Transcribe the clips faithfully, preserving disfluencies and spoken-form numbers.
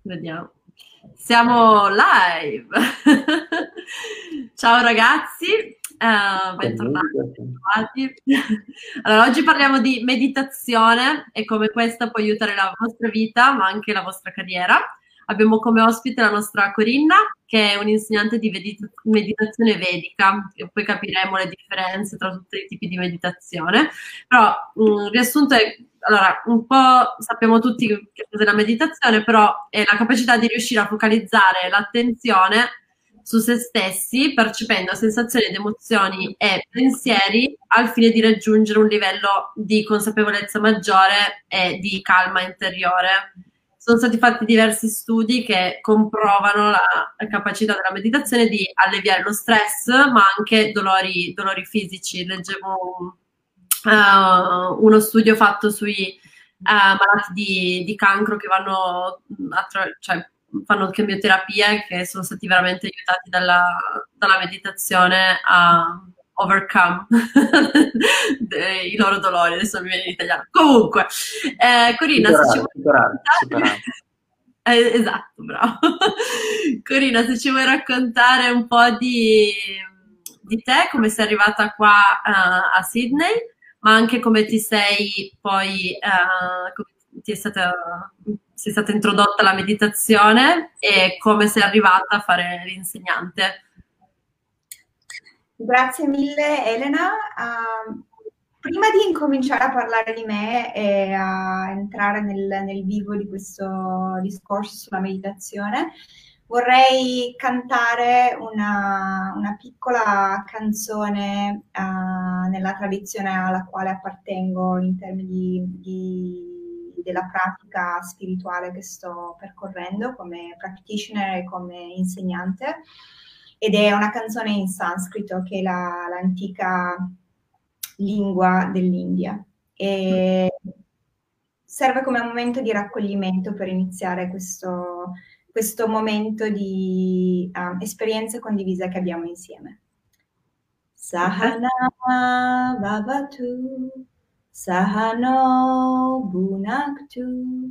Vediamo. Siamo live. Ciao ragazzi, eh, bentornati. Allora, oggi parliamo di meditazione e come questa può aiutare la vostra vita, ma anche la vostra carriera. Abbiamo come ospite la nostra Corinna, che è un'insegnante di medita- meditazione vedica, e poi capiremo le differenze tra tutti i tipi di meditazione. Però, il riassunto è, allora, un po' sappiamo tutti che cos'è la meditazione, però è la capacità di riuscire a focalizzare l'attenzione su se stessi, percependo sensazioni ed emozioni e pensieri al fine di raggiungere un livello di consapevolezza maggiore e di calma interiore. Sono stati fatti diversi studi che comprovano la, la capacità della meditazione di alleviare lo stress, ma anche dolori, dolori fisici. Leggevo uh, uno studio fatto sui uh, malati di, di cancro che vanno attra- cioè, fanno chemioterapia e che sono stati veramente aiutati dalla, dalla meditazione a overcome i loro dolori. Adesso mi viene in italiano. Comunque, eh, Corina, se ci vuoi superare, superare. eh, esatto, bravo. Corina, se ci vuoi raccontare un po' di, di te, come sei arrivata qua uh, a Sydney, ma anche come ti sei poi, uh, come ti è stata, sei stata introdotta alla meditazione e come sei arrivata a fare l'insegnante. Grazie mille Elena. Uh, prima di incominciare a parlare di me e a entrare nel, nel vivo di questo discorso sulla meditazione, vorrei cantare una, una piccola canzone uh, nella tradizione alla quale appartengo in termini di, di, della pratica spirituale che sto percorrendo come practitioner e come insegnante. Ed è una canzone in sanscrito, che è la, l'antica lingua dell'India. E serve come momento di raccoglimento per iniziare questo, questo momento di um, esperienze condivise che abbiamo insieme. Sahana Vavatu, Sahano Bhunaktu,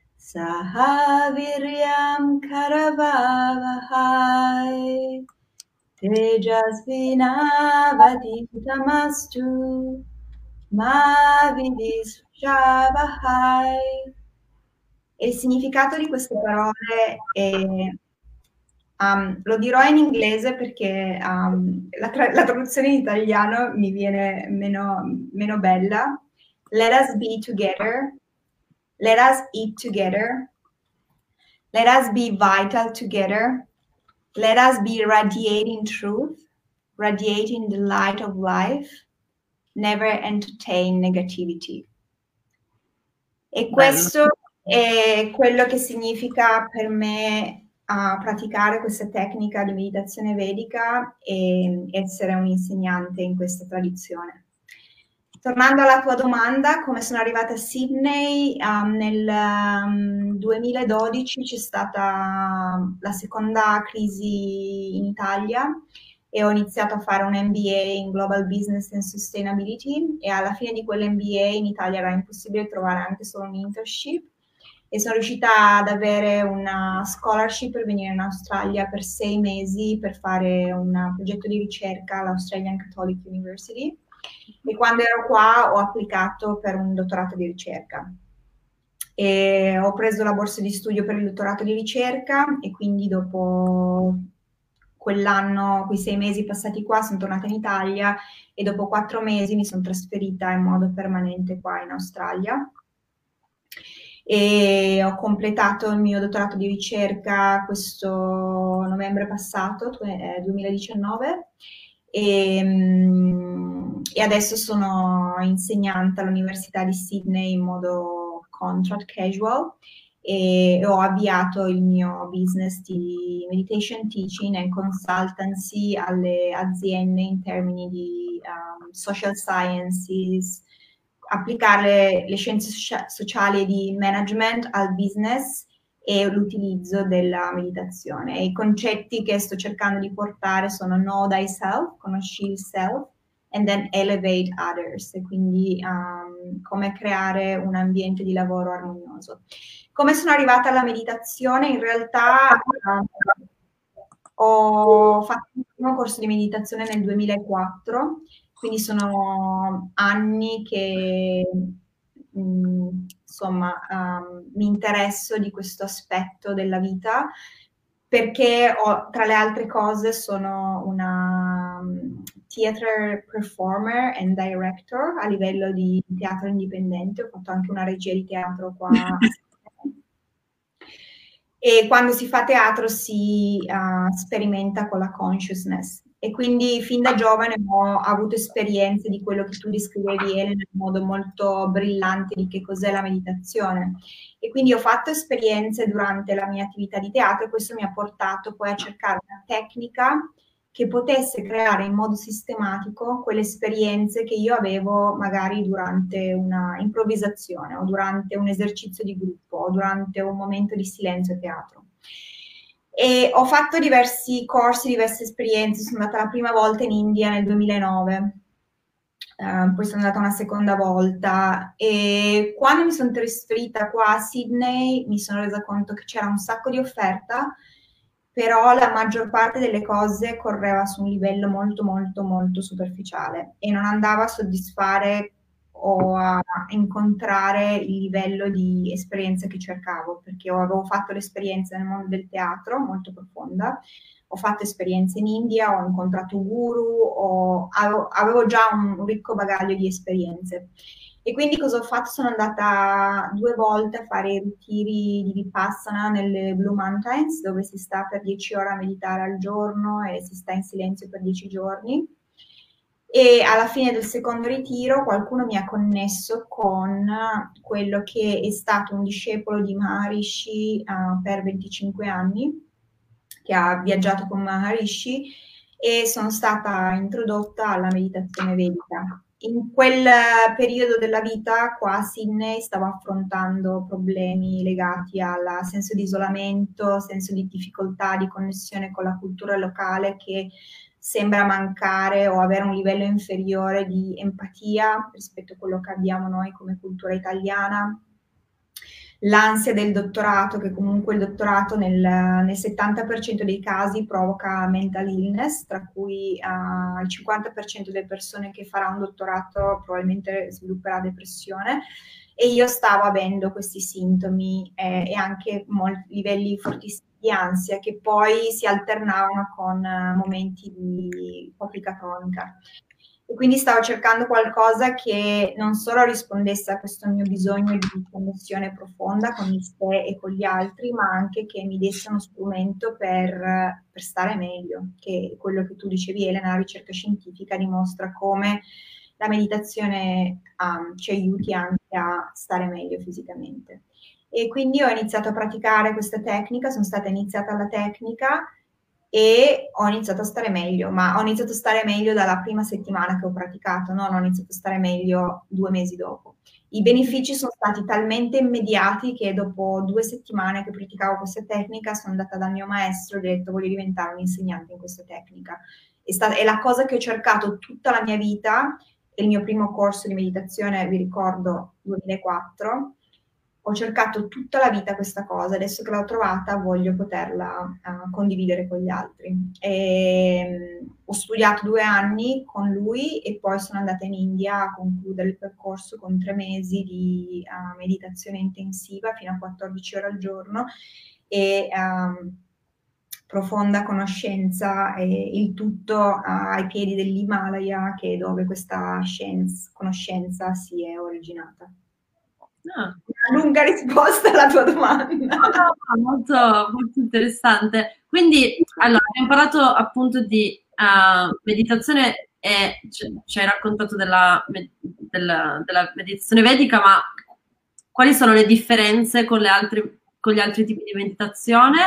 Sahaviryam Karavavahai, Tejasvinavaditamastu, Ma Vidishavahai. E il significato di queste parole è, um, lo dirò in inglese perché um, la, tra- la traduzione in italiano mi viene meno, meno bella. Let us be together. Let us eat together. Let us be vital together. Let us be radiating truth, radiating the light of life. Never entertain negativity. E questo è quello che significa per me uh, praticare questa tecnica di meditazione vedica e essere un insegnante in questa tradizione. Tornando alla tua domanda, come sono arrivata a Sydney, um, nel um, duemiladodici c'è stata la seconda crisi in Italia e ho iniziato a fare un M B A in Global Business and Sustainability, e alla fine di quell'M B A in Italia era impossibile trovare anche solo un internship, e sono riuscita ad avere una scholarship per venire in Australia per sei mesi per fare un progetto di ricerca all'Australian Catholic University. E quando ero qua ho applicato per un dottorato di ricerca e ho preso la borsa di studio per il dottorato di ricerca, e quindi dopo quell'anno, quei sei mesi passati qua, sono tornata in Italia e dopo quattro mesi mi sono trasferita in modo permanente qua in Australia e ho completato il mio dottorato di ricerca questo novembre passato, duemiladiciannove. E, e adesso sono insegnante all'Università di Sydney in modo contract casual, e ho avviato il mio business di meditation teaching e consultancy alle aziende in termini di um, social sciences, applicare le scienze sociali e di management al business e l'utilizzo della meditazione. E i concetti che sto cercando di portare sono Know Thyself, conosci il self, and then elevate others, e quindi um, come creare un ambiente di lavoro armonioso. Come sono arrivata alla meditazione? In realtà um, ho fatto il primo corso di meditazione nel duemilaquattro, quindi sono anni che mh, insomma um, mi interesso di questo aspetto della vita, perché ho, tra le altre cose sono una um, theater performer and director a livello di teatro indipendente, ho fatto anche una regia di teatro qua. E quando si fa teatro si uh, sperimenta con la consciousness, e quindi fin da giovane ho avuto esperienze di quello che tu descrivevi, Elena, in modo molto brillante, di che cos'è la meditazione. E quindi ho fatto esperienze durante la mia attività di teatro, e questo mi ha portato poi a cercare una tecnica che potesse creare in modo sistematico quelle esperienze che io avevo magari durante una improvvisazione, o durante un esercizio di gruppo, o durante un momento di silenzio a teatro. E ho fatto diversi corsi, diverse esperienze. Sono andata la prima volta in India nel duemilanove, uh, poi sono andata una seconda volta, e quando mi sono trasferita qua a Sydney mi sono resa conto che c'era un sacco di offerta, però la maggior parte delle cose correva su un livello molto molto molto superficiale e non andava a soddisfare o a incontrare il livello di esperienza che cercavo, perché avevo fatto l'esperienza nel mondo del teatro molto profonda, ho fatto esperienze in India, ho incontrato guru, ho, avevo, avevo già un ricco bagaglio di esperienze. E quindi cosa ho fatto? Sono andata due volte a fare i ritiri di Vipassana nelle Blue Mountains, dove si sta per dieci ore a meditare al giorno e si sta in silenzio per dieci giorni. E alla fine del secondo ritiro qualcuno mi ha connesso con quello che è stato un discepolo di Maharishi uh, per venticinque anni, che ha viaggiato con Maharishi, e sono stata introdotta alla meditazione vedica. In quel periodo della vita qua a Sydney stavo affrontando problemi legati al senso di isolamento, senso di difficoltà di connessione con la cultura locale, che sembra mancare o avere un livello inferiore di empatia rispetto a quello che abbiamo noi come cultura italiana. L'ansia del dottorato, che comunque il dottorato nel, nel settanta per cento dei casi provoca mental illness, tra cui uh, il cinquanta per cento delle persone che farà un dottorato probabilmente svilupperà depressione, e io stavo avendo questi sintomi eh, e anche molti livelli fortissimi di ansia, che poi si alternavano con uh, momenti di fatiga cronica. E quindi stavo cercando qualcosa che non solo rispondesse a questo mio bisogno di connessione profonda con il sé e con gli altri, ma anche che mi desse uno strumento per, per stare meglio, che è quello che tu dicevi, Elena, la ricerca scientifica dimostra come la meditazione um, ci aiuti anche a stare meglio fisicamente. E quindi ho iniziato a praticare questa tecnica, sono stata iniziata alla tecnica e ho iniziato a stare meglio, ma ho iniziato a stare meglio dalla prima settimana che ho praticato, no? Non ho iniziato a stare meglio due mesi dopo. I benefici sono stati talmente immediati che dopo due settimane che praticavo questa tecnica sono andata dal mio maestro e gli ho detto: voglio diventare un insegnante in questa tecnica. È, stata, è la cosa che ho cercato tutta la mia vita. Il mio primo corso di meditazione, vi ricordo, duemilaquattro, ho cercato tutta la vita questa cosa, adesso che l'ho trovata voglio poterla uh, condividere con gli altri. E, um, ho studiato due anni con lui e poi sono andata in India a concludere il percorso con tre mesi di uh, meditazione intensiva fino a quattordici ore al giorno e um, profonda conoscenza, e il tutto uh, ai piedi dell'Himalaya, che è dove questa scienza, conoscenza si è originata. Ah. Una lunga risposta alla tua domanda. No, molto, molto interessante. Quindi, allora, abbiamo parlato appunto di uh, meditazione e ci hai raccontato della, della, della meditazione vedica, ma quali sono le differenze con, le altre, con gli altri tipi di meditazione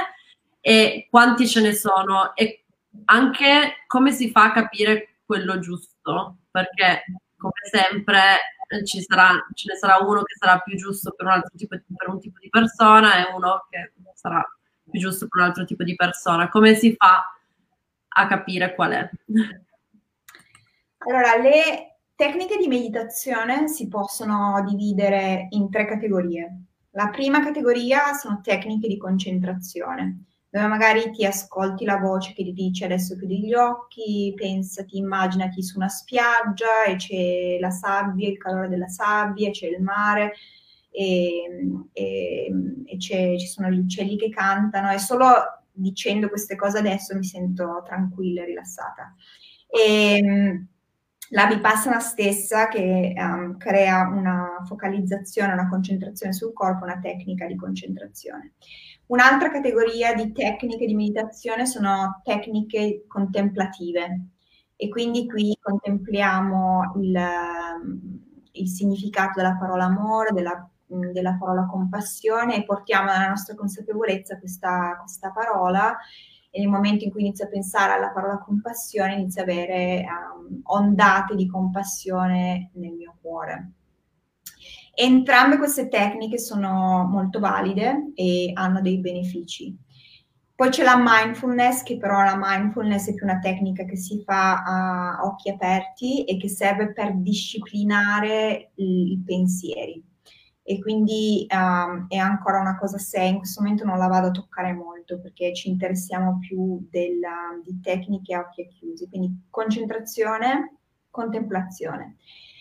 e quanti ce ne sono, e anche come si fa a capire quello giusto? Perché, come sempre, Ci sarà, ce ne sarà uno che sarà più giusto per un altro tipo di, per un tipo di persona e uno che sarà più giusto per un altro tipo di persona. Come si fa a capire qual è? Allora, le tecniche di meditazione si possono dividere in tre categorie. La prima categoria sono tecniche di concentrazione, dove magari ti ascolti la voce che ti dice adesso chiudi gli occhi, pensati, immaginati su una spiaggia e c'è la sabbia, il calore della sabbia, c'è il mare e, e, e ci sono gli uccelli che cantano, e solo dicendo queste cose adesso mi sento tranquilla e rilassata. E, la Vipassana stessa, che um, crea una focalizzazione, una concentrazione sul corpo, una tecnica di concentrazione. Un'altra categoria di tecniche di meditazione sono tecniche contemplative, e quindi qui contempliamo il, il significato della parola amore, della, della parola compassione, e portiamo nella nostra consapevolezza questa, questa parola. E nel momento in cui inizio a pensare alla parola compassione, inizio a avere um, ondate di compassione nel mio cuore. Entrambe queste tecniche sono molto valide e hanno dei benefici. Poi c'è la mindfulness, che però la mindfulness è più una tecnica che si fa a occhi aperti e che serve per disciplinare i, i pensieri. E quindi um, è ancora una cosa se in questo momento non la vado a toccare molto, perché ci interessiamo più della, di tecniche a occhi chiusi, quindi concentrazione, contemplazione.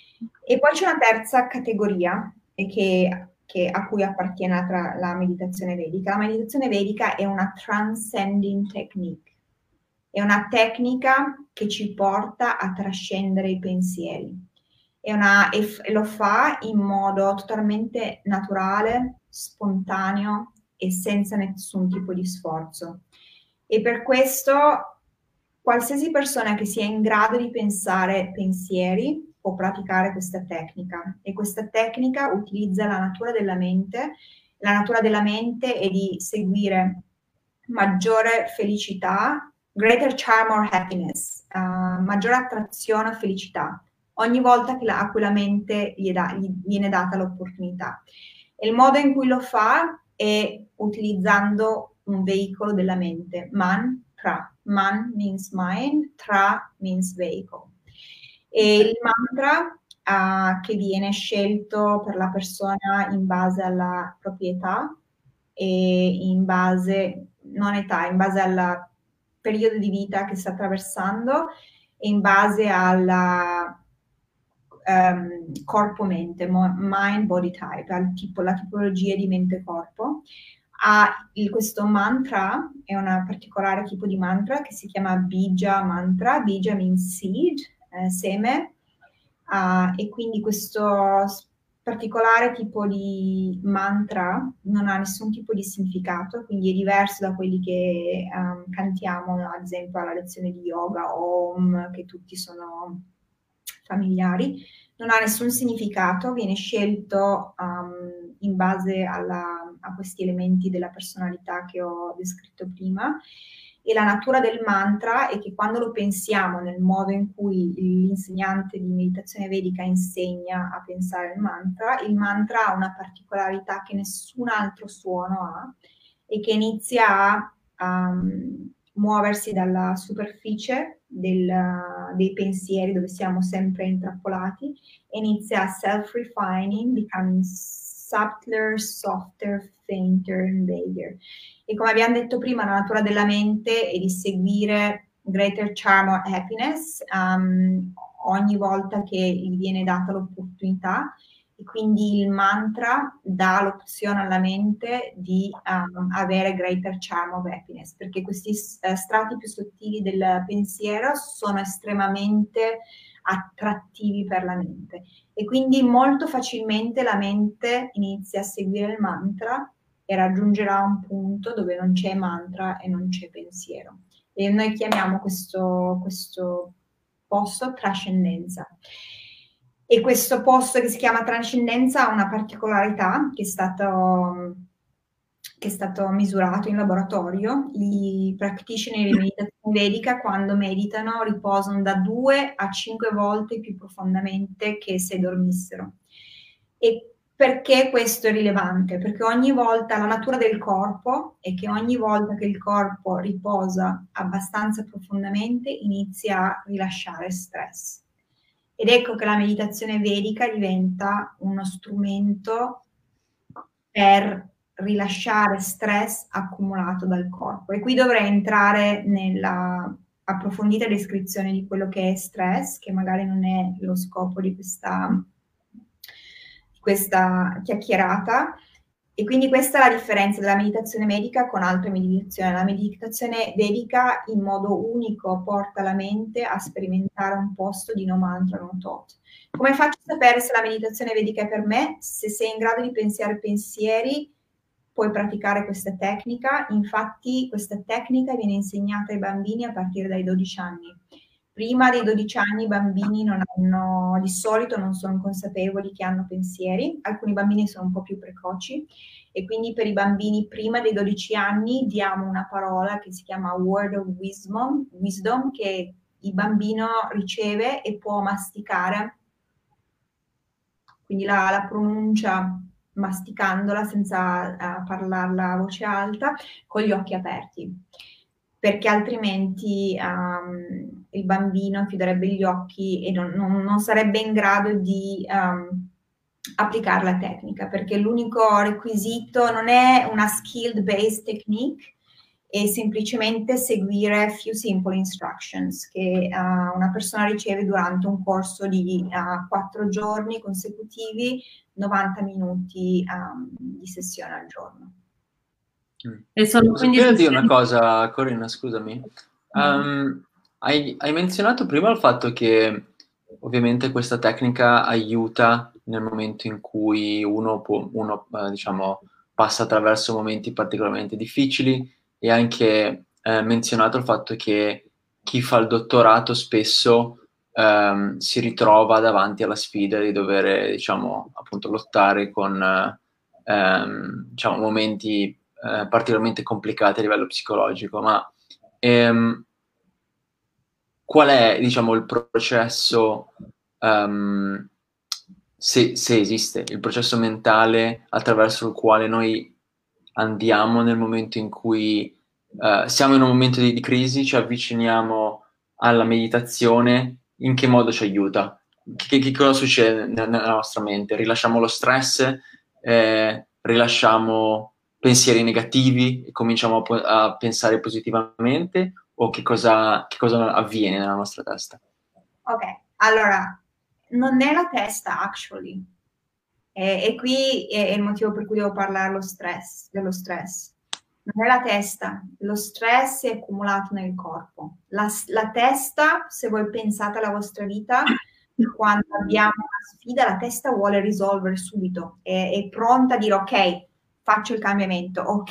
E poi c'è una terza categoria che, che a cui appartiene la, la meditazione vedica. La meditazione vedica è una transcending technique, è una tecnica che ci porta a trascendere i pensieri. È una, e lo fa in modo totalmente naturale, spontaneo e senza nessun tipo di sforzo. E per questo qualsiasi persona che sia in grado di pensare pensieri può praticare questa tecnica, e questa tecnica utilizza la natura della mente. La natura della mente è di seguire maggiore felicità, greater charm or happiness, uh, maggiore attrazione o felicità, ogni volta che la, a cui la mente gli, da, gli viene data l'opportunità. E il modo in cui lo fa è utilizzando un veicolo della mente, mantra. Man means mind, tra means vehicle. E il mantra uh, che viene scelto per la persona in base alla proprietà e in base, non età, in base al periodo di vita che sta attraversando e in base alla um, corpo-mente, mind body type, al tipo, la tipologia di mente-corpo. Ha il, questo mantra è un particolare tipo di mantra che si chiama Bija mantra. Bija means seed, eh, seme, uh, e quindi questo particolare tipo di mantra non ha nessun tipo di significato, quindi è diverso da quelli che um, cantiamo, ad esempio alla lezione di yoga, Om, che tutti sono familiari. Non ha nessun significato, viene scelto um, in base alla, a questi elementi della personalità che ho descritto prima. E la natura del mantra è che quando lo pensiamo nel modo in cui l'insegnante di meditazione vedica insegna a pensare il mantra, il mantra ha una particolarità che nessun altro suono ha, e che inizia a um, muoversi dalla superficie del, dei pensieri, dove siamo sempre intrappolati, e inizia a self-refining, becoming subtler, softer, fainter and vaguer. E come abbiamo detto prima, la natura della mente è di seguire greater charm or happiness um, ogni volta che gli viene data l'opportunità, e quindi il mantra dà l'opzione alla mente di um, avere greater charm of happiness, perché questi uh, strati più sottili del pensiero sono estremamente attrattivi per la mente, e quindi molto facilmente la mente inizia a seguire il mantra e raggiungerà un punto dove non c'è mantra e non c'è pensiero. E noi chiamiamo questo, questo posto trascendenza. E questo posto che si chiama trascendenza ha una particolarità che è stato, che è stato misurato in laboratorio. I practitioner di meditazione vedica, quando meditano, riposano da due a cinque volte più profondamente che se dormissero. E perché questo è rilevante? Perché ogni volta la natura del corpo è che ogni volta che il corpo riposa abbastanza profondamente inizia a rilasciare stress. Ed ecco che la meditazione vedica diventa uno strumento per rilasciare stress accumulato dal corpo. E qui dovrei entrare nella approfondita descrizione di quello che è stress, che magari non è lo scopo di questa, di questa chiacchierata. E quindi questa è la differenza della meditazione medica con altre meditazioni. La meditazione vedica in modo unico porta la mente a sperimentare un posto di no mantra, no thought. Come faccio a sapere se la meditazione vedica è per me? Se sei in grado di pensare pensieri, puoi praticare questa tecnica. Infatti questa tecnica viene insegnata ai bambini a partire dai dodici anni. Prima dei dodici anni i bambini non hanno, di solito non sono consapevoli che hanno pensieri, alcuni bambini sono un po' più precoci e quindi per i bambini prima dei dodici anni diamo una parola che si chiama word of wisdom, wisdom che il bambino riceve e può masticare, quindi la, la pronuncia masticandola senza uh, parlarla a voce alta, con gli occhi aperti, perché altrimenti um, il bambino chiuderebbe gli occhi e non, non, non sarebbe in grado di um, applicare la tecnica, perché l'unico requisito non è una skilled based technique, è semplicemente seguire few simple instructions che uh, una persona riceve durante un corso di quattro uh, giorni consecutivi, novanta minuti um, di sessione al giorno. Mm. E sono Posso quindi dire una cosa, Corinna, scusami. Um, hai, hai menzionato prima il fatto che ovviamente questa tecnica aiuta nel momento in cui uno, può, uno eh, diciamo, passa attraverso momenti particolarmente difficili, e anche eh, menzionato il fatto che chi fa il dottorato spesso ehm, si ritrova davanti alla sfida di dover, diciamo, appunto lottare con ehm, diciamo, momenti eh, particolarmente complicati a livello psicologico. Ma ehm, qual è, diciamo, il processo, um, se, se esiste, il processo mentale attraverso il quale noi andiamo nel momento in cui uh, siamo in un momento di, di crisi, ci avviciniamo alla meditazione, in che modo ci aiuta? Che, che cosa succede nella nostra mente? Rilasciamo lo stress, eh, rilasciamo pensieri negativi e cominciamo a, a pensare positivamente, o che cosa, che cosa avviene nella nostra testa? Ok, allora, non è la testa, actually. E, e qui è, è il motivo per cui devo parlare lo stress, dello stress. Non è la testa, lo stress è accumulato nel corpo. La, la testa, se voi pensate alla vostra vita, quando abbiamo una sfida, la testa vuole risolvere subito, è, è pronta a dire ok, faccio il cambiamento, ok,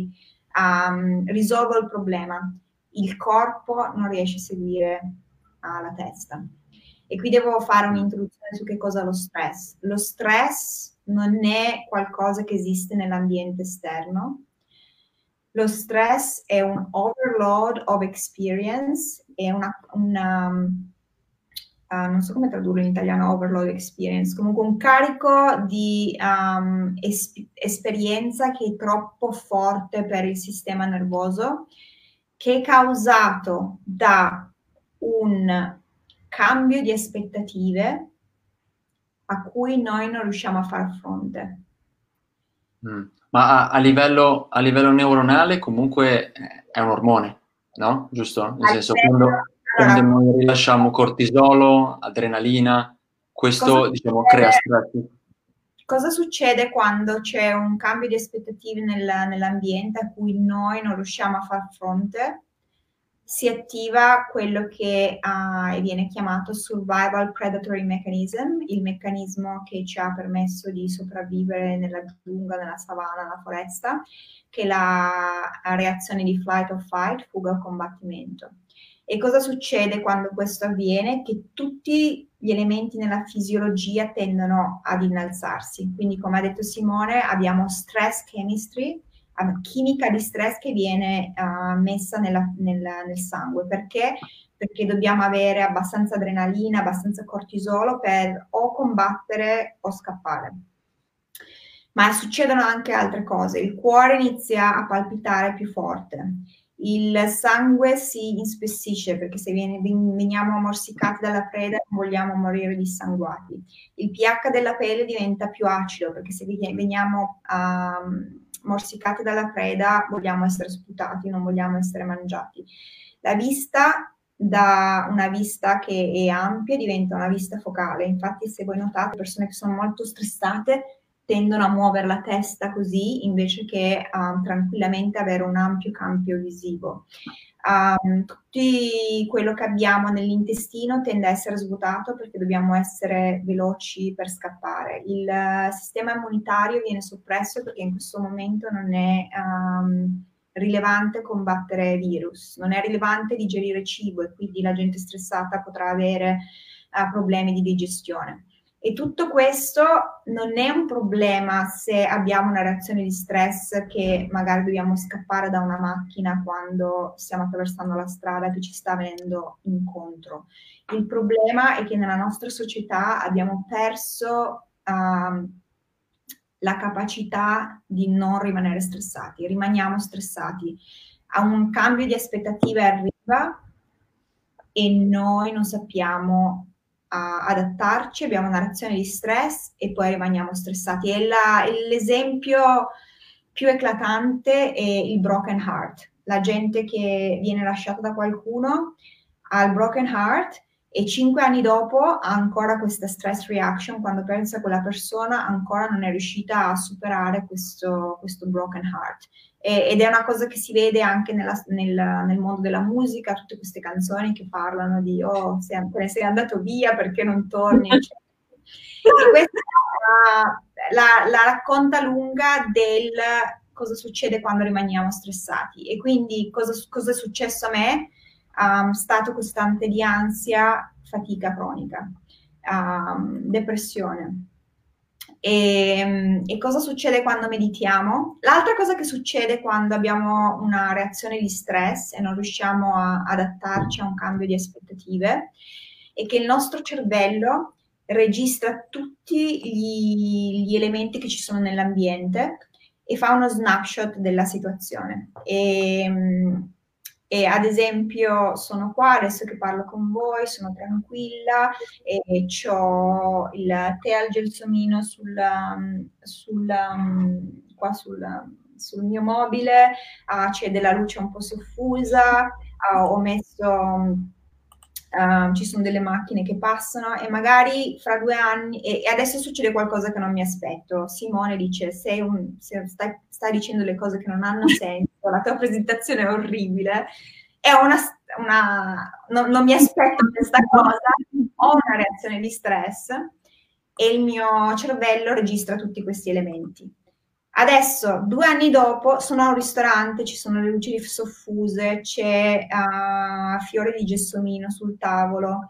um, risolvo il problema. Il corpo non riesce a seguire uh, la testa. E qui devo fare un'introduzione su che cosa è lo stress. Lo stress non è qualcosa che esiste nell'ambiente esterno. Lo stress è un overload of experience, è una, una uh, non so come tradurlo in italiano, overload experience, comunque un carico di um, es- esperienza che è troppo forte per il sistema nervoso, che è causato da un cambio di aspettative a cui noi non riusciamo a far fronte. Mm. Ma a, a, livello, a livello neuronale comunque è un ormone, no? Giusto? Nel senso, quando, allora, quando noi rilasciamo cortisolo, adrenalina, questo, diciamo, crea stress. Cosa succede quando c'è un cambio di aspettative nel, nell'ambiente a cui noi non riusciamo a far fronte? Si attiva quello che uh, viene chiamato survival predatory mechanism, il meccanismo che ci ha permesso di sopravvivere nella giungla, nella savana, nella foresta, che è la reazione di flight or fight, fuga o combattimento. E cosa succede quando questo avviene? Che tutti gli elementi nella fisiologia tendono ad innalzarsi. Quindi, come ha detto Simone, abbiamo stress chemistry, chimica di stress che viene uh, messa nella, nella, nel sangue. Perché? Perché dobbiamo avere abbastanza adrenalina, abbastanza cortisolo per o combattere o scappare. Ma succedono anche altre cose. Il cuore inizia a palpitare più forte, il sangue si inspessisce perché se viene, veniamo morsicati dalla preda non vogliamo morire dissanguati. Il pH della pelle diventa più acido perché se veniamo um, morsicati dalla preda vogliamo essere sputati, non vogliamo essere mangiati. La vista, da una vista che è ampia, diventa una vista focale. Infatti se voi notate persone che sono molto stressate tendono a muovere la testa così invece che um, tranquillamente avere un ampio campo visivo. Um, tutti quello che abbiamo nell'intestino tende a essere svuotato perché dobbiamo essere veloci per scappare. Il uh, sistema immunitario viene soppresso perché in questo momento non è um, rilevante combattere virus, non è rilevante digerire cibo e quindi la gente stressata potrà avere uh, problemi di digestione. E tutto questo non è un problema se abbiamo una reazione di stress che magari dobbiamo scappare da una macchina quando stiamo attraversando la strada che ci sta venendo incontro. Il problema è che nella nostra società abbiamo perso uh, la capacità di non rimanere stressati, rimaniamo stressati. A un cambio di aspettative arriva e noi non sappiamo a adattarci, abbiamo una reazione di stress e poi rimaniamo stressati. E la, l'esempio più eclatante è il broken heart, la gente che viene lasciata da qualcuno ha il broken heart e cinque anni dopo ha ancora questa stress reaction, quando pensa a quella persona ancora non è riuscita a superare questo, questo broken heart. E, ed è una cosa che si vede anche nella, nel, nel mondo della musica, tutte queste canzoni che parlano di oh, sei, te ne sei andato via perché non torni, eccetera. E questa è la, la, la racconta lunga del cosa succede quando rimaniamo stressati. E quindi cosa, cosa è successo a me? Um, stato costante di ansia, fatica cronica, um, depressione. E, e cosa succede quando meditiamo? L'altra cosa che succede quando abbiamo una reazione di stress e non riusciamo a adattarci a un cambio di aspettative è che il nostro cervello registra tutti gli, gli elementi che ci sono nell'ambiente e fa uno snapshot della situazione. E, E ad esempio sono qua adesso che parlo con voi, sono tranquilla e ho il tè al gelsomino sul, sul, qua sul, sul mio mobile, uh, c'è della luce un po' soffusa, uh, ho messo... Uh, ci sono delle macchine che passano e magari fra due anni, e, e adesso succede qualcosa che non mi aspetto. Simone dice, sei un, se stai, stai dicendo le cose che non hanno senso, la tua presentazione è orribile, è una, una no, non mi aspetto questa cosa, ho una reazione di stress e il mio cervello registra tutti questi elementi. Adesso, due anni dopo, sono a un ristorante, ci sono le luci soffuse, c'è uh, fiore di gelsomino sul tavolo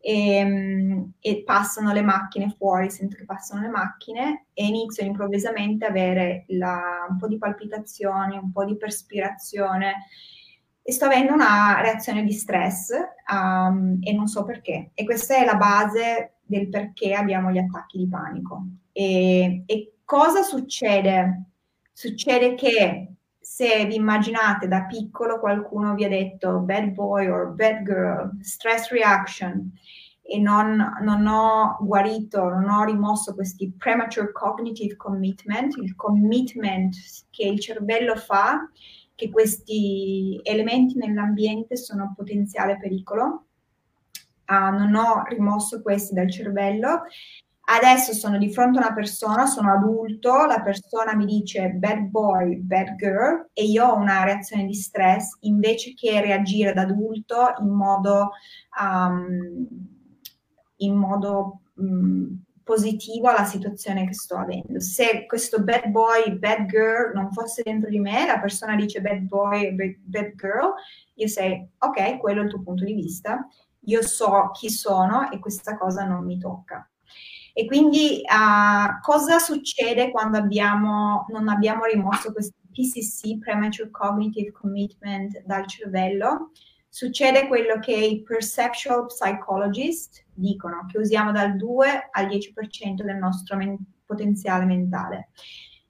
e, e passano le macchine fuori, sento che passano le macchine e inizio improvvisamente ad avere la, un po' di palpitazioni, un po' di perspirazione e sto avendo una reazione di stress um, e non so perché. E questa è la base del perché abbiamo gli attacchi di panico. E, e cosa succede? Succede che se vi immaginate da piccolo qualcuno vi ha detto bad boy or bad girl, stress reaction, e non, non ho guarito, non ho rimosso questi premature cognitive commitment, il commitment che il cervello fa, che questi elementi nell'ambiente sono un potenziale pericolo, uh, non ho rimosso questi dal cervello. Adesso sono di fronte a una persona, sono adulto, la persona mi dice bad boy, bad girl e io ho una reazione di stress invece che reagire da adulto in modo, um, in modo um, positivo alla situazione che sto avendo. Se questo bad boy, bad girl non fosse dentro di me, la persona dice bad boy, bad, bad girl, io sei ok, quello è il tuo punto di vista, io so chi sono e questa cosa non mi tocca. E quindi uh, cosa succede quando abbiamo, non abbiamo rimosso questo P C C, Premature Cognitive Commitment, dal cervello? Succede quello che i perceptual psychologists dicono, che usiamo dal due al dieci per cento del nostro men- potenziale mentale.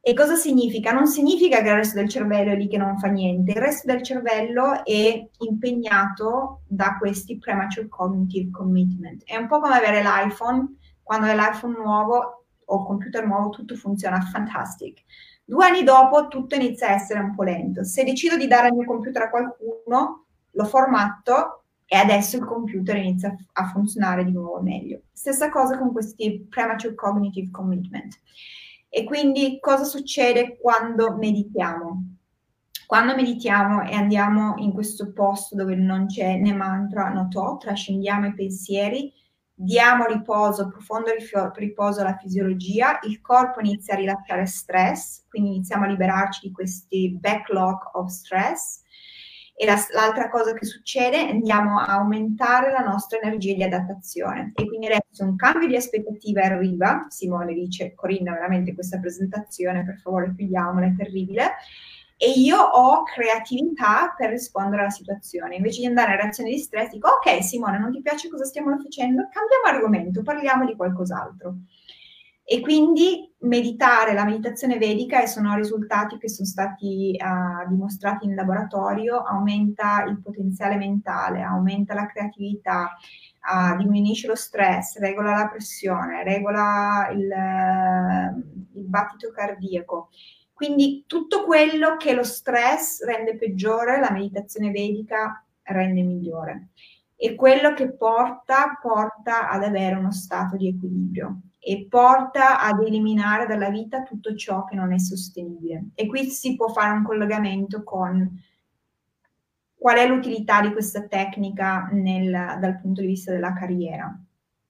E cosa significa? Non significa che il resto del cervello è lì che non fa niente, il resto del cervello è impegnato da questi premature cognitive commitment. È un po' come avere l'iPhone, quando hai l'iPhone nuovo o il computer nuovo tutto funziona fantastic. Due anni dopo tutto inizia a essere un po' lento. Se decido di dare il mio computer a qualcuno, lo formatto e adesso il computer inizia a funzionare di nuovo meglio. Stessa cosa con questi premature cognitive commitment. E quindi cosa succede quando meditiamo? Quando meditiamo e andiamo in questo posto dove non c'è né mantra né thought, trascendiamo i pensieri, diamo riposo, profondo riposo alla fisiologia, il corpo inizia a rilasciare stress, quindi iniziamo a liberarci di questi backlog of stress. E la, l'altra cosa che succede, andiamo a aumentare la nostra energia di adattazione. E quindi adesso un cambio di aspettativa arriva. Simone dice: Corinna, veramente questa presentazione, per favore chiudiamola, è terribile. E io ho creatività per rispondere alla situazione. Invece di andare a reazione di stress, dico: ok Simone, non ti piace cosa stiamo facendo? Cambiamo argomento, parliamo di qualcos'altro. E quindi meditare, la meditazione vedica, e sono risultati che sono stati uh, dimostrati in laboratorio, aumenta il potenziale mentale, aumenta la creatività, uh, diminuisce lo stress, regola la pressione, regola il, uh, il battito cardiaco. Quindi tutto quello che lo stress rende peggiore, la meditazione vedica rende migliore. E quello che porta, porta ad avere uno stato di equilibrio e porta ad eliminare dalla vita tutto ciò che non è sostenibile. E qui si può fare un collegamento con qual è l'utilità di questa tecnica nel, dal punto di vista della carriera.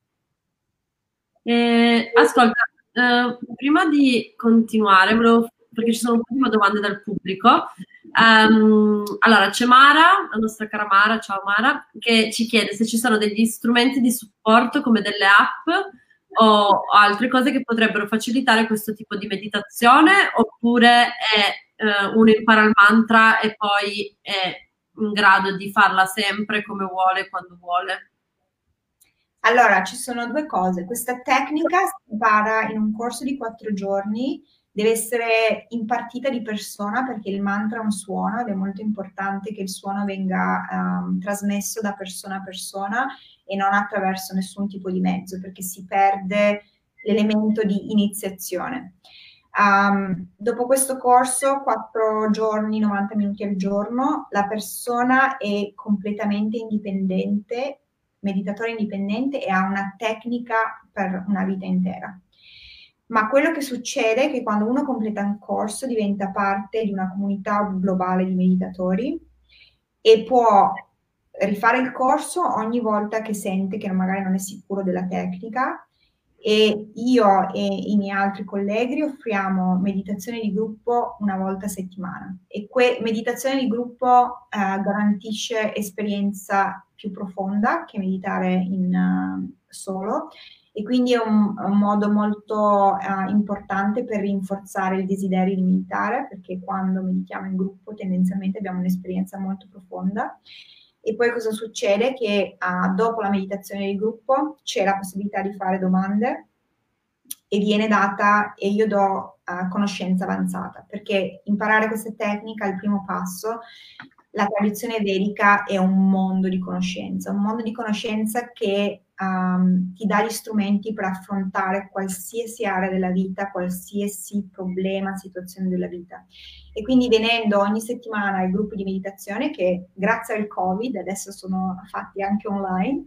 Eh, ascolta, eh, prima di continuare, volevo, perché ci sono un po' di domande dal pubblico. Um, allora, c'è Mara, la nostra cara Mara, ciao Mara, che ci chiede se ci sono degli strumenti di supporto come delle app o altre cose che potrebbero facilitare questo tipo di meditazione, oppure è, eh, uno impara il mantra e poi è in grado di farla sempre come vuole, quando vuole. Allora, ci sono due cose. Questa tecnica si impara in un corso di quattro giorni, deve essere impartita di persona perché il mantra è un suono ed è molto importante che il suono venga um, trasmesso da persona a persona e non attraverso nessun tipo di mezzo, perché si perde l'elemento di iniziazione. Um, dopo questo corso, quattro giorni, novanta minuti al giorno, la persona è completamente indipendente, meditatore indipendente, e ha una tecnica per una vita intera. Ma quello che succede è che quando uno completa un corso diventa parte di una comunità globale di meditatori e può rifare il corso ogni volta che sente che magari non è sicuro della tecnica, e io e i miei altri colleghi offriamo meditazione di gruppo una volta a settimana, e que- meditazione di gruppo eh, garantisce esperienza più profonda che meditare in uh, solo, e quindi è un, un modo molto uh, importante per rinforzare il desiderio di meditare, perché quando meditiamo in gruppo tendenzialmente abbiamo un'esperienza molto profonda. E poi cosa succede? Che uh, dopo la meditazione di gruppo c'è la possibilità di fare domande e viene data, e io do uh, conoscenza avanzata, perché imparare questa tecnica è il primo passo. La tradizione vedica è un mondo di conoscenza, un mondo di conoscenza che um, ti dà gli strumenti per affrontare qualsiasi area della vita, qualsiasi problema, situazione della vita. E quindi venendo ogni settimana ai gruppi di meditazione, che grazie al Covid adesso sono fatti anche online,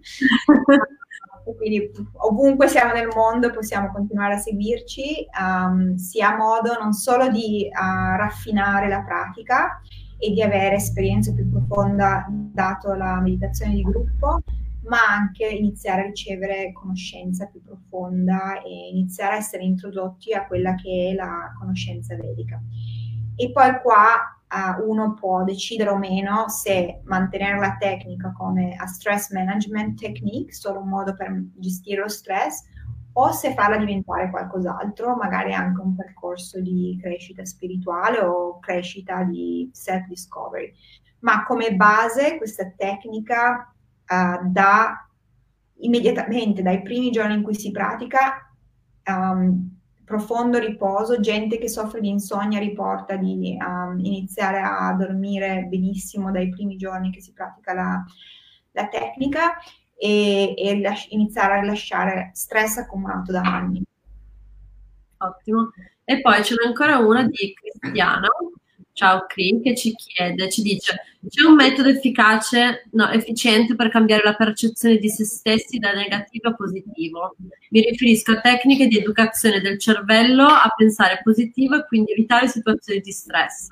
quindi ovunque siamo nel mondo possiamo continuare a seguirci, um, si ha modo non solo di uh, raffinare la pratica e di avere esperienza più profonda dato la meditazione di gruppo, ma anche iniziare a ricevere conoscenza più profonda e iniziare a essere introdotti a quella che è la conoscenza vedica. E poi qua uh, uno può decidere o meno se mantenere la tecnica come a stress management technique, solo un modo per gestire lo stress, o se farla diventare qualcos'altro, magari anche un percorso di crescita spirituale o crescita di self-discovery. Ma come base questa tecnica uh, dà immediatamente, dai primi giorni in cui si pratica, um, profondo riposo, gente che soffre di insonnia riporta di um, iniziare a dormire benissimo dai primi giorni che si pratica la, la tecnica e, e rilasci- iniziare a rilasciare stress accumulato da anni. Ottimo. E poi ce n'è ancora una di Cristiana. Ciao Cri, che ci chiede, ci dice: c'è un metodo efficace, no, efficiente per cambiare la percezione di se stessi da negativo a positivo? Mi riferisco a tecniche di educazione del cervello a pensare positivo e quindi evitare situazioni di stress.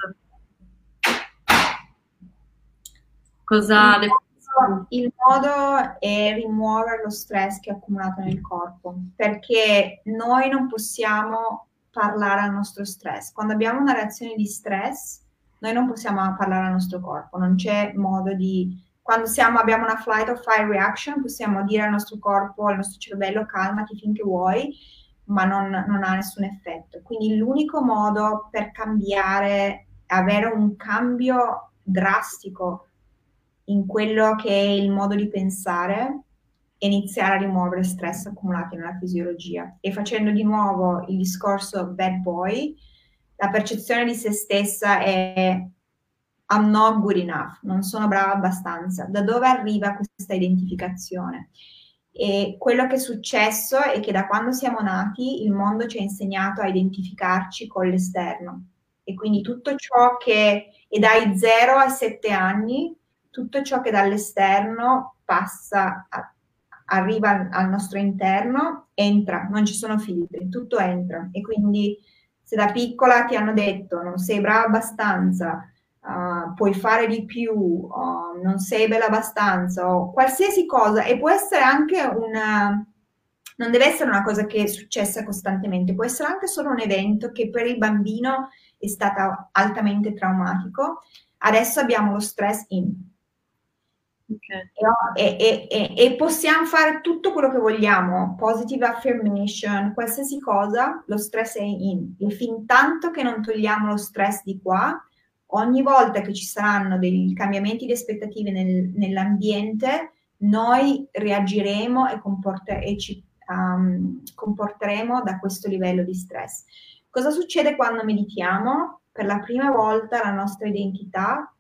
Cosa il, ne modo, il modo è rimuovere lo stress che è accumulato nel corpo, perché noi non possiamo parlare al nostro stress. Quando abbiamo una reazione di stress, noi non possiamo parlare al nostro corpo, non c'è modo di... Quando siamo, abbiamo una flight or fight reaction, possiamo dire al nostro corpo, al nostro cervello, calmati finché vuoi, ma non, non ha nessun effetto. Quindi l'unico modo per cambiare, avere un cambio drastico in quello che è il modo di pensare, iniziare a rimuovere stress accumulati nella fisiologia. E facendo di nuovo il discorso bad boy, la percezione di se stessa è I'm not good enough, non sono brava abbastanza. Da dove arriva questa identificazione? E quello che è successo è che da quando siamo nati il mondo ci ha insegnato a identificarci con l'esterno. E quindi tutto ciò che è dai zero ai sette anni, tutto ciò che dall'esterno passa, a, arriva al nostro interno, entra, non ci sono filtri, tutto entra. E quindi se da piccola ti hanno detto non sei brava abbastanza, uh, puoi fare di più, uh, non sei bella abbastanza, o qualsiasi cosa, e può essere anche una... non deve essere una cosa che è successa costantemente, può essere anche solo un evento che per il bambino è stato altamente traumatico. Adesso abbiamo lo stress in. Okay. E, e, e, e possiamo fare tutto quello che vogliamo, positive affirmation, qualsiasi cosa, lo stress è in. E fin tanto che non togliamo lo stress di qua, ogni volta che ci saranno dei cambiamenti di aspettative nel, nell'ambiente, noi reagiremo e, comporter- e ci um, comporteremo da questo livello di stress. Cosa succede quando meditiamo? Per la prima volta la nostra identità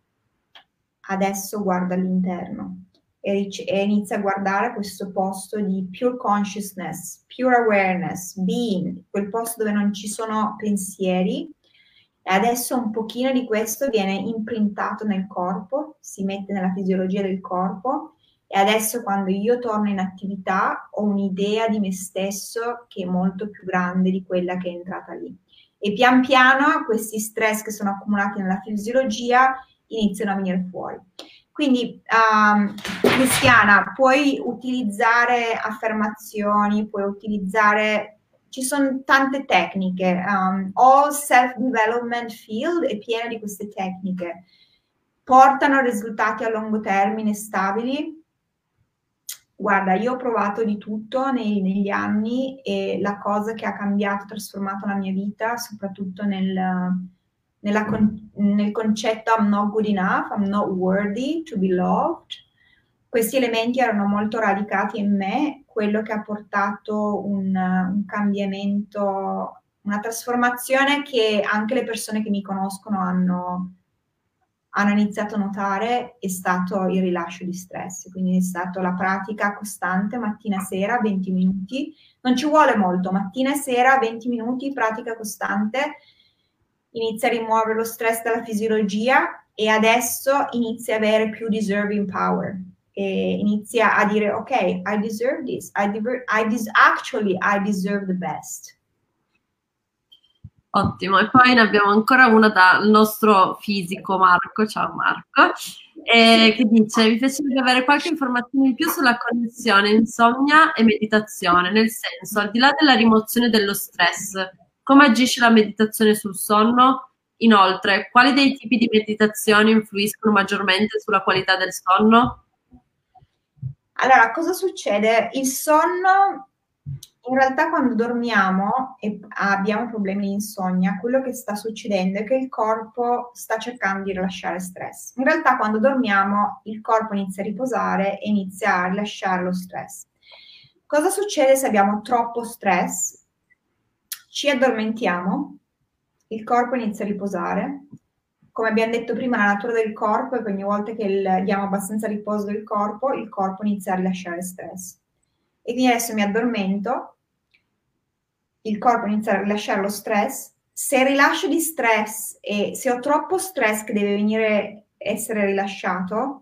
adesso guarda all'interno e, e inizia a guardare questo posto di pure consciousness, pure awareness, being, quel posto dove non ci sono pensieri. E adesso un pochino di questo viene imprintato nel corpo, si mette nella fisiologia del corpo, e adesso quando io torno in attività ho un'idea di me stesso che è molto più grande di quella che è entrata lì. E pian piano questi stress che sono accumulati nella fisiologia iniziano a venire fuori. Quindi, um, Cristiana, puoi utilizzare affermazioni, puoi utilizzare, ci sono tante tecniche, um, all self-development field è piena di queste tecniche, portano risultati a lungo termine stabili. Guarda, io ho provato di tutto nei, negli anni e la cosa che ha cambiato, trasformato la mia vita, soprattutto nel... Nella con- nel concetto I'm not good enough, I'm not worthy to be loved. Questi elementi erano molto radicati in me, quello che ha portato un, un cambiamento, una trasformazione che anche le persone che mi conoscono hanno, hanno iniziato a notare, è stato il rilascio di stress. Quindi è stata la pratica costante, mattina e sera, venti minuti. Non ci vuole molto, mattina e sera, venti minuti, pratica costante. Inizia a rimuovere lo stress dalla fisiologia e adesso inizia a avere più deserving power e inizia a dire ok, I deserve this, I, deserve, I des- actually I deserve the best. Ottimo, e poi ne abbiamo ancora una dal nostro fisico Marco, ciao Marco, eh, che dice: mi piacerebbe avere qualche informazione in più sulla connessione insonnia e meditazione, nel senso, al di là della rimozione dello stress, come agisce la meditazione sul sonno? Inoltre, quali dei tipi di meditazione influiscono maggiormente sulla qualità del sonno? Allora, cosa succede? Il sonno, in realtà quando dormiamo e abbiamo problemi di insonnia, quello che sta succedendo è che il corpo sta cercando di rilasciare stress. In realtà quando dormiamo il corpo inizia a riposare e inizia a rilasciare lo stress. Cosa succede se abbiamo troppo stress? ci addormentiamo, il corpo inizia a riposare. Come abbiamo detto prima, la natura del corpo è che ogni volta che il, diamo abbastanza riposo del corpo, il corpo inizia a rilasciare stress. E quindi adesso mi addormento, il corpo inizia a rilasciare lo stress. Se rilascio di stress e se ho troppo stress che deve venire essere rilasciato,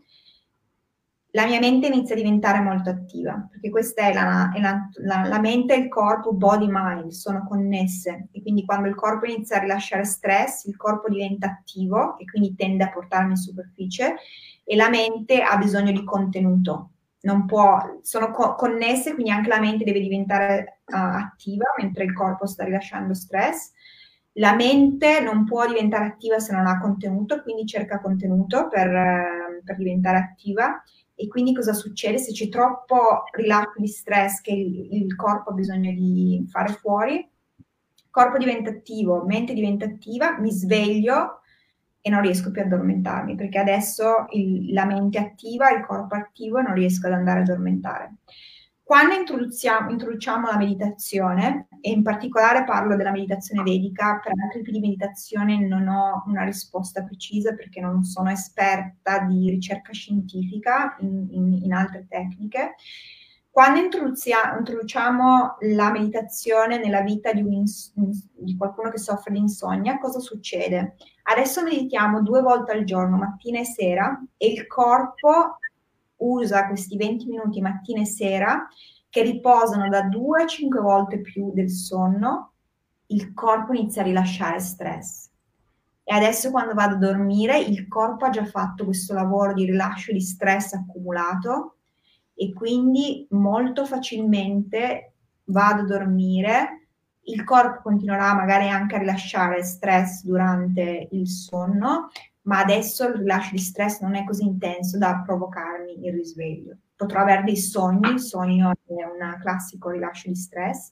la mia mente inizia a diventare molto attiva, perché questa è la, è la, la, la mente e il corpo, body mind, sono connesse, e quindi quando il corpo inizia a rilasciare stress, il corpo diventa attivo e quindi tende a portarmi in superficie, e la mente ha bisogno di contenuto, non può, sono co- connesse, quindi anche la mente deve diventare uh, attiva mentre il corpo sta rilasciando stress. La mente non può diventare attiva se non ha contenuto, quindi cerca contenuto per, uh, per diventare attiva. E quindi cosa succede? Se c'è troppo rilascio di stress che il, il corpo ha bisogno di fare fuori, il corpo diventa attivo, mente diventa attiva, mi sveglio e non riesco più ad addormentarmi, perché adesso il, la mente è attiva, il corpo è attivo e non riesco ad andare ad addormentare. Quando introduciamo, introduciamo la meditazione, e in particolare parlo della meditazione vedica, per altri tipi di meditazione non ho una risposta precisa perché non sono esperta di ricerca scientifica in, in, in altre tecniche. Quando introduciamo la meditazione nella vita di, un ins- di qualcuno che soffre di insonnia, cosa succede? Adesso meditiamo due volte al giorno, mattina e sera, e il corpo usa questi venti minuti mattina e sera, che riposano da due a cinque volte più del sonno, il corpo inizia a rilasciare stress. E adesso quando vado a dormire, il corpo ha già fatto questo lavoro di rilascio di stress accumulato, e quindi molto facilmente vado a dormire, il corpo continuerà magari anche a rilasciare stress durante il sonno, ma adesso il rilascio di stress non è così intenso da provocarmi il risveglio. Potrò avere dei sogni, il sogno è un classico rilascio di stress,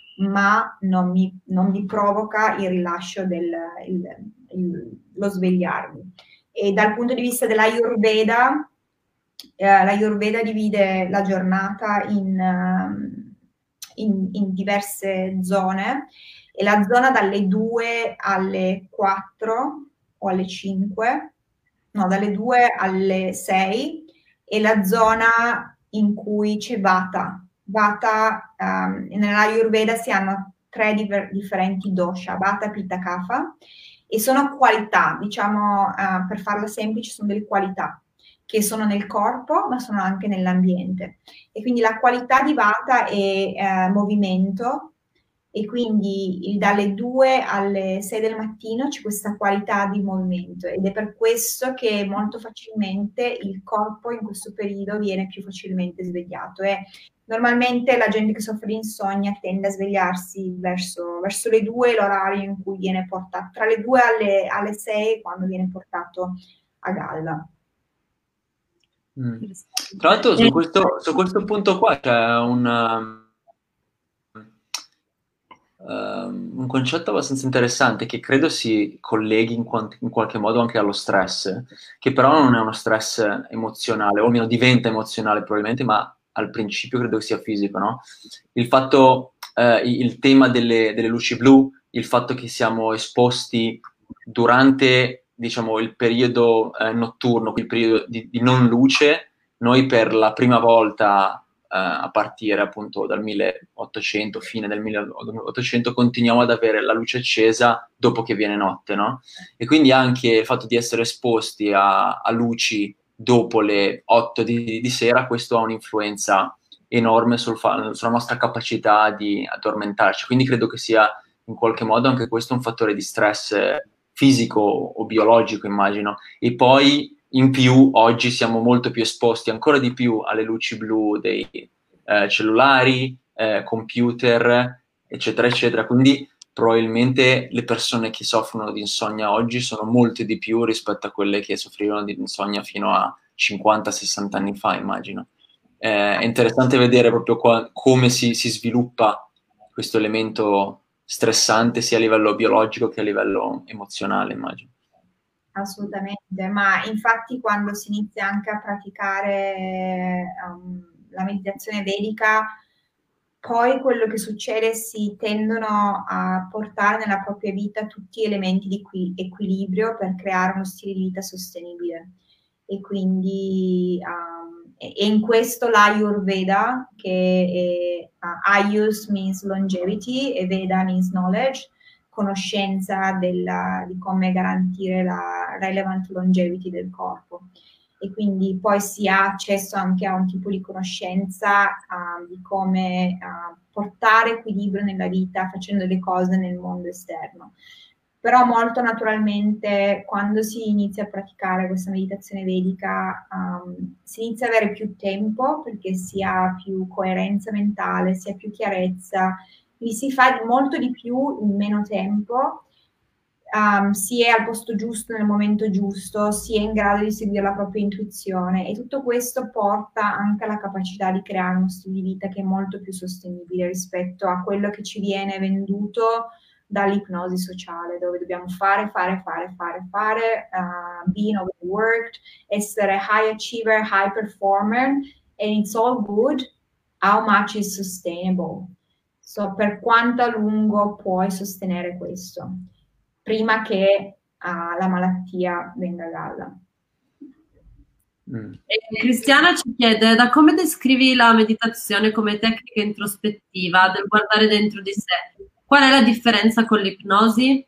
ma non mi, non mi provoca il rilascio del il, il, lo svegliarmi. E dal punto di vista dell'Ayurveda, eh, l'Ayurveda divide la giornata in, in, in diverse zone, e la zona dalle due alle quattro o alle cinque, no, dalle due alle sei, è la zona in cui c'è Vata. Vata, um, nell'Ayurveda si hanno tre diver- differenti dosha, Vata, Pitta, Kapha, e sono qualità, diciamo, uh, per farla semplice, sono delle qualità che sono nel corpo, ma sono anche nell'ambiente. E quindi la qualità di Vata è eh, movimento, e quindi il, dalle due alle sei del mattino c'è questa qualità di movimento, ed è per questo che molto facilmente il corpo in questo periodo viene più facilmente svegliato, e normalmente la gente che soffre di insonnia tende a svegliarsi verso, verso le due, l'orario in cui viene portato, tra le due alle, alle sei, quando viene portato a galla. Mm. Tra l'altro su questo, su questo punto qua c'è un... Uh, un concetto abbastanza interessante che credo si colleghi in, quant- in qualche modo anche allo stress, che però non è uno stress emozionale, o almeno diventa emozionale probabilmente, ma al principio credo che sia fisico, no? Il fatto, uh, il tema delle, delle luci blu, il fatto che siamo esposti durante, diciamo, il periodo uh, notturno, il periodo di, di non luce, noi per la prima volta Uh, a partire appunto dal milleottocento, fine del milleottocento, continuiamo ad avere la luce accesa dopo che viene notte, no? E quindi anche il fatto di essere esposti a, a luci dopo le otto di, di sera, questo ha un'influenza enorme sul fa- sulla nostra capacità di addormentarci. Quindi credo che sia in qualche modo anche questo un fattore di stress fisico o biologico, immagino. E poi in più oggi siamo molto più esposti ancora di più alle luci blu dei eh, cellulari, eh, computer, eccetera, eccetera. Quindi probabilmente le persone che soffrono di insonnia oggi sono molte di più rispetto a quelle che soffrivano di insonnia fino a cinquanta sessanta anni fa, immagino. Eh, è interessante vedere proprio qua, come si, si sviluppa questo elemento stressante sia a livello biologico che a livello emozionale, immagino. Assolutamente, ma infatti quando si inizia anche a praticare um, la meditazione vedica, poi quello che succede, si tendono a portare nella propria vita tutti elementi di equilibrio per creare uno stile di vita sostenibile. E quindi um, e in questo l'Ayurveda, che è, uh, Ayus means longevity e Veda means knowledge, conoscenza della, di come garantire la relevant longevity del corpo. E quindi poi si ha accesso anche a un tipo di conoscenza uh, di come uh, portare equilibrio nella vita facendo le cose nel mondo esterno. Però molto naturalmente, quando si inizia a praticare questa meditazione vedica, um, si inizia ad avere più tempo, perché si ha più coerenza mentale, si ha più chiarezza, quindi si fa molto di più in meno tempo. Um, si è al posto giusto nel momento giusto, si è in grado di seguire la propria intuizione, e tutto questo porta anche alla capacità di creare uno stile di vita che è molto più sostenibile rispetto a quello che ci viene venduto dall'ipnosi sociale, dove dobbiamo fare, fare, fare, fare, fare, uh, being overworked, essere high achiever, high performer, and it's all good. How much is sustainable? So, per quanto a lungo puoi sostenere questo, prima che uh, la malattia venga a galla. Mm. E Cristiana ci chiede: da come descrivi la meditazione come tecnica introspettiva del guardare dentro di sé, qual è la differenza con l'ipnosi?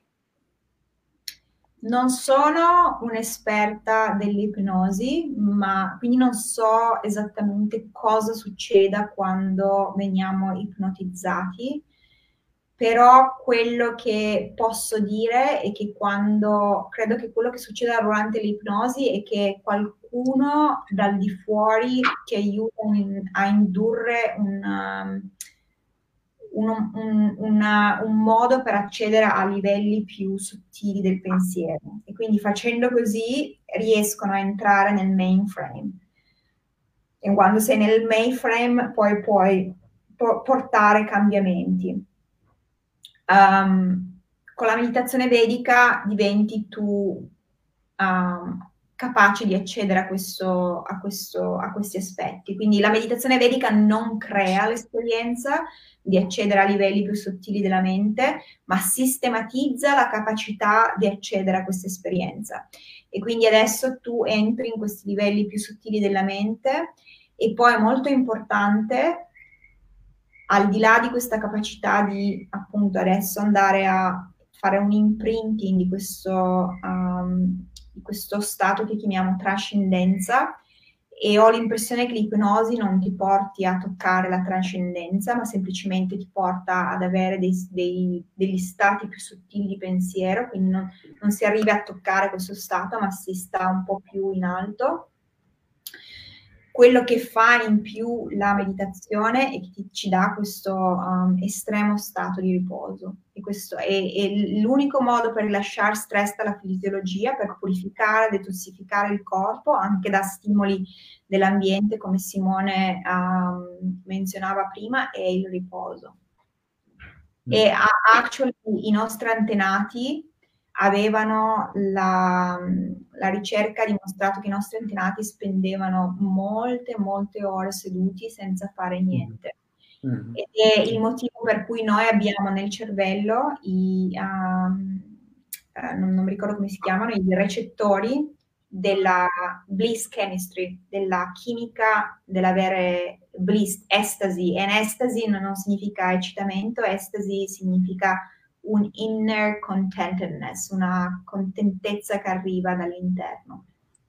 Non sono un'esperta dell'ipnosi, ma quindi non so esattamente cosa succeda quando veniamo ipnotizzati. Però quello che posso dire è che quando, credo che quello che succeda durante l'ipnosi è che qualcuno dal di fuori ti aiuta in, a indurre un, un, un, una, un modo per accedere a livelli più sottili del pensiero, e quindi facendo così riescono a entrare nel mainframe. E quando sei nel mainframe poi puoi po- portare cambiamenti. Um, con la meditazione vedica diventi tu um, capace di accedere a, questo, a, questo, a questi aspetti. Quindi la meditazione vedica non crea l'esperienza di accedere a livelli più sottili della mente, ma sistematizza la capacità di accedere a questa esperienza. E quindi adesso tu entri in questi livelli più sottili della mente, e poi è molto importante, al di là di questa capacità di appunto adesso andare a fare un imprinting di questo, um, di questo stato che chiamiamo trascendenza, e ho l'impressione che l'ipnosi non ti porti a toccare la trascendenza, ma semplicemente ti porta ad avere dei, dei, degli stati più sottili di pensiero, quindi non, non si arriva a toccare questo stato, ma si sta un po' più in alto. Quello che fa in più la meditazione è che ti, ci dà questo um, estremo stato di riposo, e questo è, è l'unico modo per rilasciare stress dalla fisiologia, per purificare, detossificare il corpo anche da stimoli dell'ambiente, come Simone um, menzionava prima, è il riposo. Mm. E a, actually i nostri antenati avevano la, la ricerca ha dimostrato che i nostri antenati spendevano molte, molte ore seduti senza fare niente. Mm. Ed è il motivo per cui noi abbiamo nel cervello i, um, uh, non, non mi ricordo come si chiamano, i recettori della bliss chemistry, della chimica dell'avere bliss, estasi. E estasi non significa eccitamento, estasi significa un inner contentedness, una contentezza che arriva dall'interno.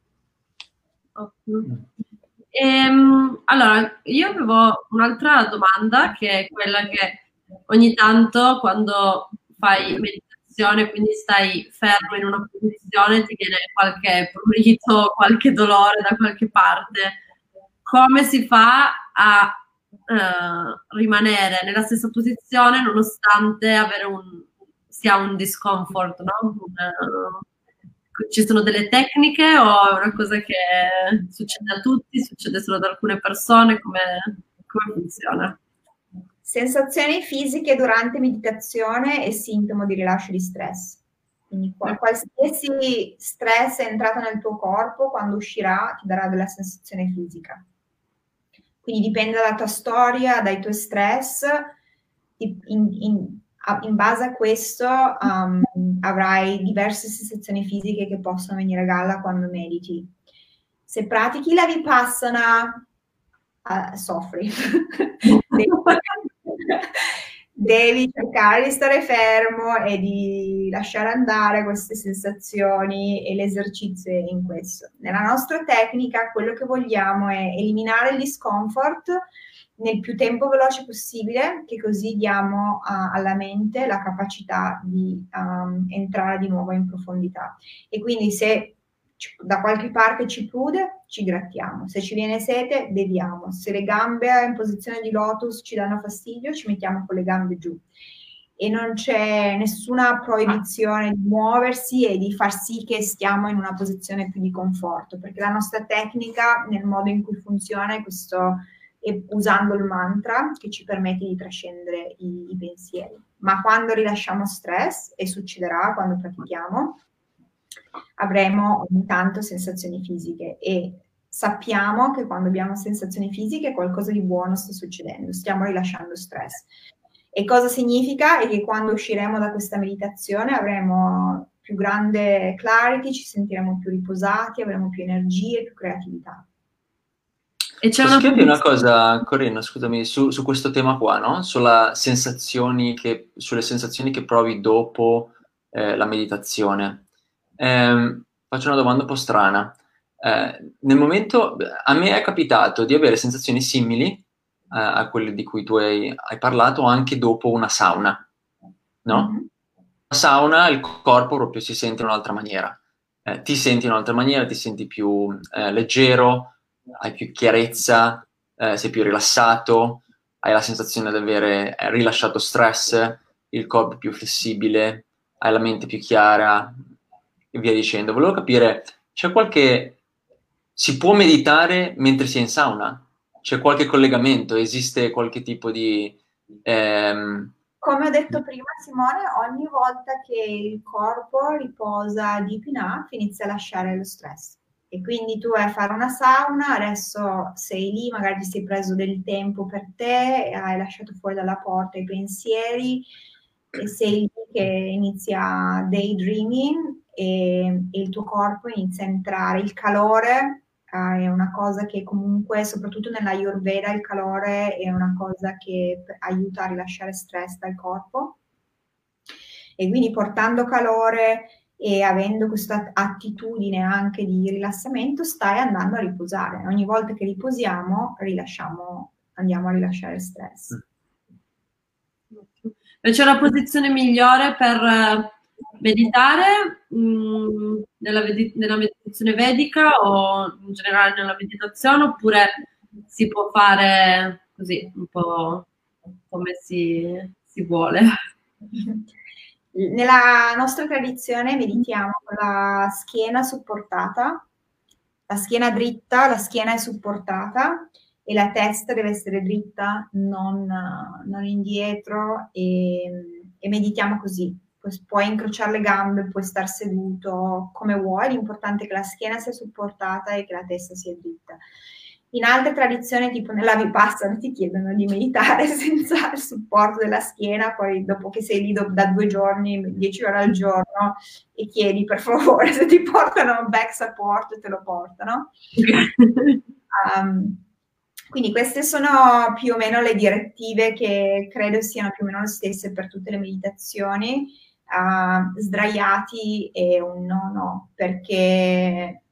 Okay. Ehm, allora, io avevo un'altra domanda, che è quella che ogni tanto quando fai meditazione, quindi stai fermo in una posizione, ti viene qualche prurito, qualche dolore da qualche parte. Come si fa a Uh, rimanere nella stessa posizione nonostante avere un, sia un discomfort, no? Uh, ci sono delle tecniche o è una cosa che succede a tutti, succede solo ad alcune persone? Come, come funziona? Sensazioni fisiche durante meditazione è sintomo di rilascio di stress. Quindi qualsiasi stress è entrato nel tuo corpo, quando uscirà ti darà della sensazione fisica. Quindi dipende dalla tua storia, dai tuoi stress, in, in, in base a questo um, avrai diverse sensazioni fisiche che possono venire a galla quando mediti. Se pratichi la Vipassana, uh, soffri. Devi cercare di stare fermo e di lasciare andare queste sensazioni, e l'esercizio è in questo. Nella nostra tecnica quello che vogliamo è eliminare il discomfort nel più tempo veloce possibile, che così diamo uh, alla mente la capacità di um, entrare di nuovo in profondità. E quindi se da qualche parte ci prude, ci grattiamo. Se ci viene sete, beviamo. Se le gambe in posizione di lotus ci danno fastidio, ci mettiamo con le gambe giù. E non c'è nessuna proibizione di muoversi e di far sì che stiamo in una posizione più di conforto, perché la nostra tecnica, nel modo in cui funziona, è questo, è usando il mantra che ci permette di trascendere i, i pensieri. Ma quando rilasciamo stress, e succederà quando pratichiamo, avremo ogni tanto sensazioni fisiche, e sappiamo che quando abbiamo sensazioni fisiche qualcosa di buono sta succedendo, stiamo rilasciando stress. E cosa significa? È che quando usciremo da questa meditazione avremo più grande clarity, ci sentiremo più riposati, avremo più energie, più creatività. E c'è una... chiederti una cosa, Corinna, scusami, su, su questo tema qua, no? Sulla sensazioni che, sulle sensazioni che provi dopo eh, la meditazione. Eh, faccio una domanda un po' strana. Eh, nel momento, a me è capitato di avere sensazioni simili eh, a quelle di cui tu hai, hai parlato anche dopo una sauna, no? Mm-hmm. La sauna il corpo proprio si sente in un'altra maniera. Eh, ti senti in un'altra maniera, ti senti più eh, leggero, hai più chiarezza, eh, sei più rilassato, hai la sensazione di avere eh, rilasciato stress, il corpo più flessibile, hai la mente più chiara, e via dicendo. Volevo capire, c'è qualche... si può meditare mentre si è in sauna? C'è qualche collegamento? Esiste qualche tipo di... Ehm... Come ho detto prima, Simone, ogni volta che il corpo riposa deep enough inizia a lasciare lo stress. E quindi tu vai a fare una sauna, adesso sei lì, magari ti sei preso del tempo per te, hai lasciato fuori dalla porta i pensieri, e sei lì che inizia daydreaming, e, e il tuo corpo inizia a entrare. Il calore uh, è una cosa che comunque, soprattutto nell'Ayurveda, il calore è una cosa che aiuta a rilasciare stress dal corpo. E quindi portando calore e avendo questa attitudine anche di rilassamento, stai andando a riposare. Ogni volta che riposiamo, rilasciamo, andiamo a rilasciare stress. C'è una posizione migliore per meditare mh, nella, nella meditazione vedica o in generale nella meditazione, oppure si può fare così un po' come si, si vuole? Nella nostra tradizione meditiamo con la schiena supportata, la schiena dritta, la schiena è supportata e la testa deve essere dritta, non, non indietro, e, e meditiamo così. Puoi incrociare le gambe, puoi star seduto come vuoi, l'importante è che la schiena sia supportata e che la testa sia dritta. In altre tradizioni, tipo nella Vipassana, ti chiedono di meditare senza il supporto della schiena, poi dopo che sei lì da due giorni, dieci ore al giorno, e chiedi per favore se ti portano back support, te lo portano. um, quindi queste sono più o meno le direttive che credo siano più o meno le stesse per tutte le meditazioni. Uh, sdraiati è un no no, perché...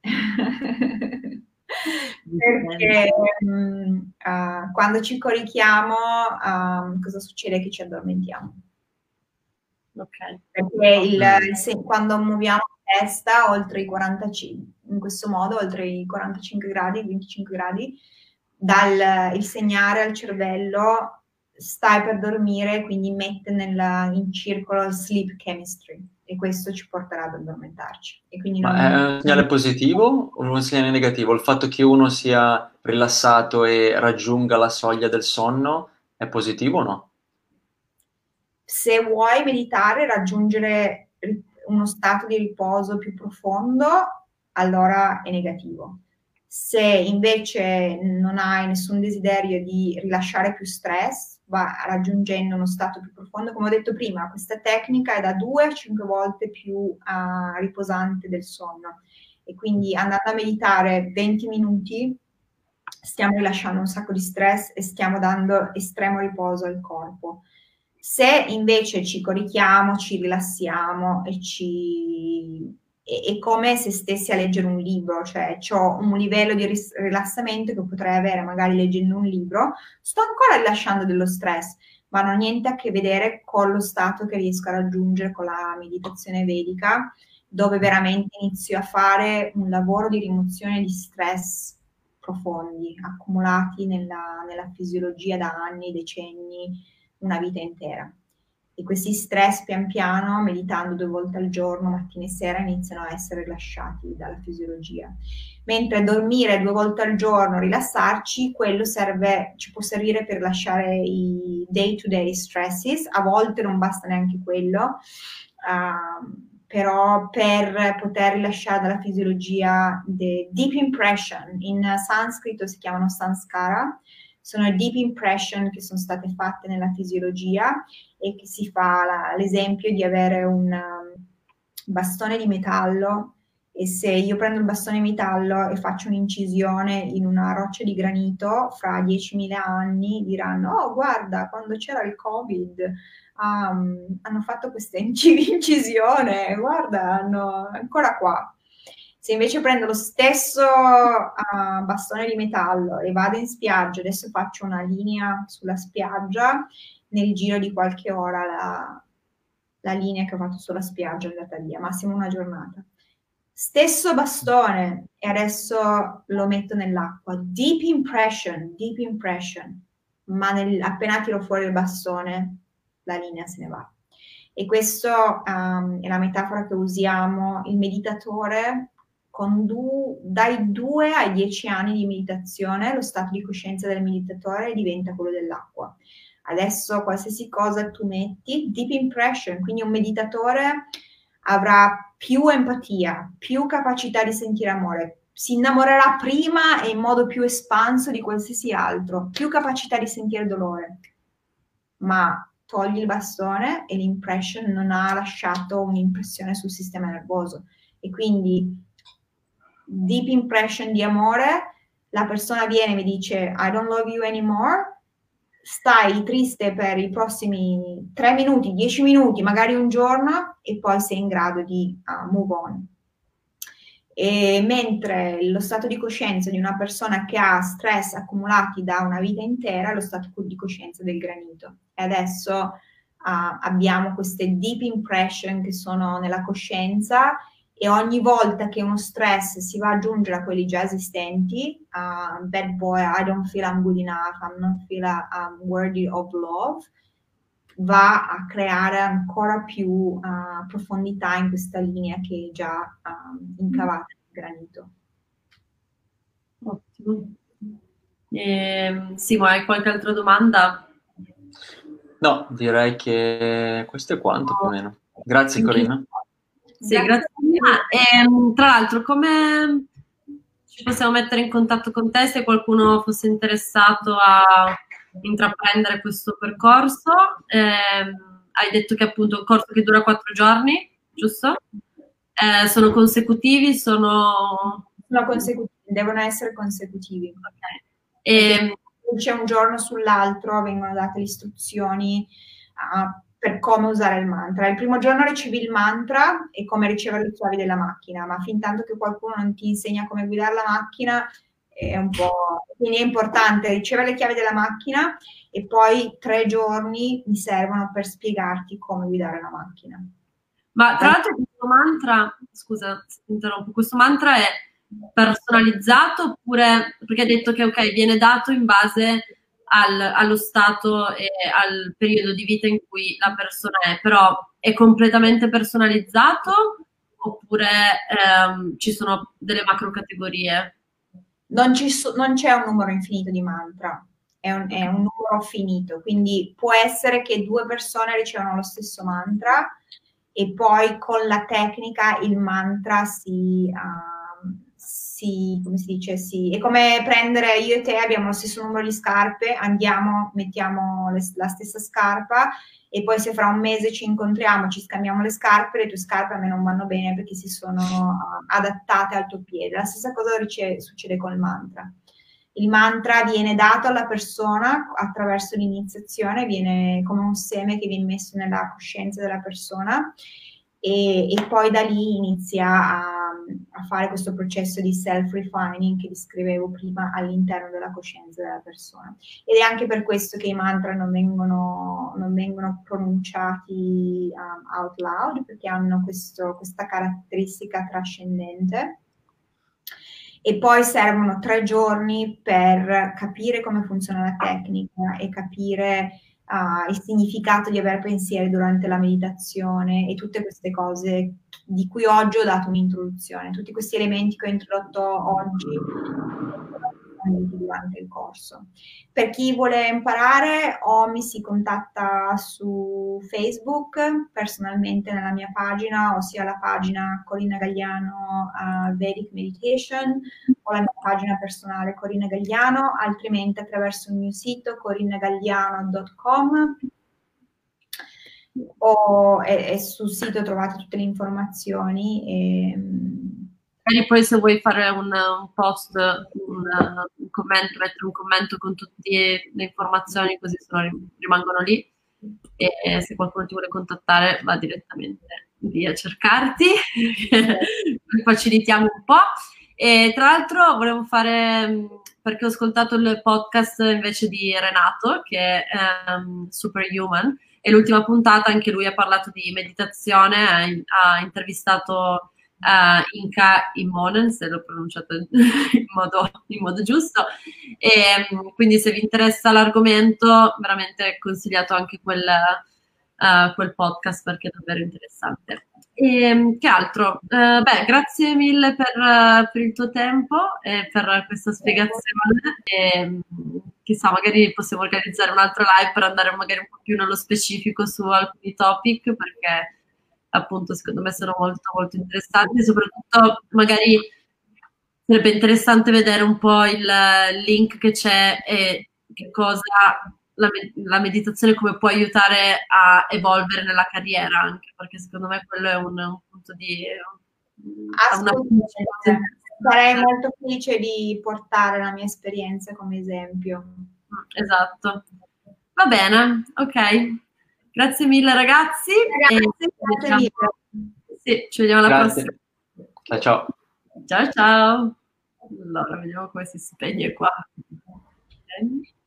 perché um, uh, quando ci corichiamo um, cosa succede? Che ci addormentiamo. Okay. Perché il, il, se, quando muoviamo la testa oltre i quarantacinque, in questo modo, oltre i quarantacinque gradi, venticinque gradi, dal il segnare al cervello stai per dormire, quindi mette nel, in circolo il sleep chemistry, e questo ci porterà ad addormentarci. E quindi Ma non... è un segnale positivo o un segnale negativo? Il fatto che uno sia rilassato e raggiunga la soglia del sonno è positivo o no? Se vuoi meditare, raggiungere uno stato di riposo più profondo, allora è negativo. Se invece non hai nessun desiderio di rilasciare più stress, va raggiungendo uno stato più profondo. Come ho detto prima, questa tecnica è da due a cinque volte più uh, riposante del sonno, e quindi andando a meditare venti minuti stiamo rilasciando un sacco di stress e stiamo dando estremo riposo al corpo. Se invece ci corichiamo, ci rilassiamo e ci... è come se stessi a leggere un libro, cioè ho un livello di ris- rilassamento che potrei avere magari leggendo un libro, sto ancora rilasciando dello stress, ma non ha niente a che vedere con lo stato che riesco a raggiungere con la meditazione vedica, dove veramente inizio a fare un lavoro di rimozione di stress profondi, accumulati nella, nella fisiologia da anni, decenni, una vita intera. E questi stress pian piano, meditando due volte al giorno, mattina e sera, iniziano a essere rilasciati dalla fisiologia. Mentre dormire due volte al giorno, rilassarci, quello serve, ci può servire per lasciare i day-to-day stresses, a volte non basta neanche quello, uh, però per poter rilasciare dalla fisiologia the deep impression, in sanscrito si chiamano sanskara, sono deep impression che sono state fatte nella fisiologia, e che si fa l'esempio di avere un um, bastone di metallo, e se io prendo il bastone di metallo e faccio un'incisione in una roccia di granito, fra diecimila anni diranno: oh, guarda, quando c'era il Covid um, hanno fatto questa incisione, guarda, hanno ancora qua. Se invece prendo lo stesso uh, bastone di metallo e vado in spiaggia, adesso faccio una linea sulla spiaggia, nel giro di qualche ora la, la linea che ho fatto sulla spiaggia è andata via, massimo una giornata. Stesso bastone e adesso lo metto nell'acqua. Deep impression, deep impression, ma nel, appena tiro fuori il bastone la linea se ne va. E questo um, è la metafora che usiamo. Il meditatore, con du, dai due ai dieci anni di meditazione, lo stato di coscienza del meditatore diventa quello dell'acqua. Adesso qualsiasi cosa tu metti, deep impression, quindi un meditatore avrà più empatia, più capacità di sentire amore, si innamorerà prima e in modo più espanso di qualsiasi altro, più capacità di sentire dolore, ma togli il bastone e l'impression non ha lasciato un'impressione sul sistema nervoso, e quindi deep impression di amore, la persona viene e mi dice I don't love you anymore, stai triste per i prossimi tre minuti, dieci minuti, magari un giorno, e poi sei in grado di uh, move on. E mentre lo stato di coscienza di una persona che ha stress accumulati da una vita intera è lo stato di coscienza del granito. E adesso uh, abbiamo queste deep impression che sono nella coscienza, e ogni volta che uno stress si va ad aggiungere a quelli già esistenti, uh, bad boy, I don't feel I'm good enough, I'm not feel I'm worthy of love, va a creare ancora più uh, profondità in questa linea che è già um, incavata nel granito. Ottimo. Eh, Simo, hai qualche altra domanda? No, direi che questo è quanto più o meno. Grazie Corinna. Sì, grazie. E, tra l'altro, come ci possiamo mettere in contatto con te se qualcuno fosse interessato a intraprendere questo percorso? Eh, hai detto che appunto è un corso che dura quattro giorni, giusto? Eh, sono consecutivi? Sono... sono consecutivi, devono essere consecutivi. Okay. E... c'è un giorno sull'altro, vengono date le istruzioni uh, per come usare il mantra. Il primo giorno ricevi il mantra e come ricevere le chiavi della macchina, ma fin tanto che qualcuno non ti insegna come guidare la macchina è un po'... quindi è importante ricevere le chiavi della macchina, e poi tre giorni mi servono per spiegarti come guidare la macchina. Ma tra l'altro questo mantra, scusa se ti interrompo, questo mantra è personalizzato oppure, perché hai detto che ok, viene dato in base al, allo stato e al periodo di vita in cui la persona è, però è completamente personalizzato oppure ehm, ci sono delle macro categorie? Non, ci so, non c'è un numero infinito di mantra, è un, è un numero finito, quindi può essere che due persone ricevano lo stesso mantra e poi con la tecnica il mantra si... Uh, si, come si dice, si, è come prendere, io e te abbiamo lo stesso numero di scarpe, andiamo, mettiamo le, la stessa scarpa e poi se fra un mese ci incontriamo, ci scambiamo le scarpe, le tue scarpe a me non vanno bene perché si sono uh, adattate al tuo piede. La stessa cosa rice- succede con il mantra. Il mantra viene dato alla persona attraverso l'iniziazione, viene come un seme che viene messo nella coscienza della persona e, e poi da lì inizia a, a fare questo processo di self-refining che descrivevo prima all'interno della coscienza della persona. Ed è anche per questo che i mantra non vengono, non vengono pronunciati um, out loud, perché hanno questo, questa caratteristica trascendente. E poi servono tre giorni per capire come funziona la tecnica e capire uh, il significato di avere pensieri durante la meditazione e tutte queste cose di cui oggi ho dato un'introduzione. Tutti questi elementi che ho introdotto oggi durante il corso. Per chi vuole imparare o mi si contatta su Facebook personalmente nella mia pagina, ossia la pagina Corinna Gagliano uh, Vedic Meditation o la mia pagina personale Corinna Gagliano, altrimenti attraverso il mio sito corinnagagliano punto com o e, e sul sito trovate tutte le informazioni e, e poi se vuoi fare un, un post, un, un commento, mettere un commento con tutte le informazioni così sono, rimangono lì e se qualcuno ti vuole contattare va direttamente lì a cercarti, facilitiamo un po'. E tra l'altro volevo fare, perché ho ascoltato il podcast invece di Renato che è um, Superhuman e l'ultima puntata anche lui ha parlato di meditazione, ha, ha intervistato Uh, Inka Immonen, se l'ho pronunciato in modo, in modo giusto, e quindi se vi interessa l'argomento veramente consigliato anche quel, uh, quel podcast perché è davvero interessante. E che altro? Uh, beh, grazie mille per, uh, per il tuo tempo e per questa spiegazione e chissà, magari possiamo organizzare un altro live per andare magari un po' più nello specifico su alcuni topic perché appunto secondo me sono molto molto interessanti, soprattutto magari sarebbe interessante vedere un po' il link che c'è e che cosa la, la meditazione come può aiutare a evolvere nella carriera anche, perché secondo me quello è un, un punto di assolutamente. Sarei molto felice di portare la mia esperienza come esempio. Esatto, va bene, ok. Grazie mille ragazzi. Grazie, grazie mille. Sì, ci vediamo alla grazie. prossima. Ciao ciao. Ciao ciao. Allora, vediamo come si spegne qua. Okay.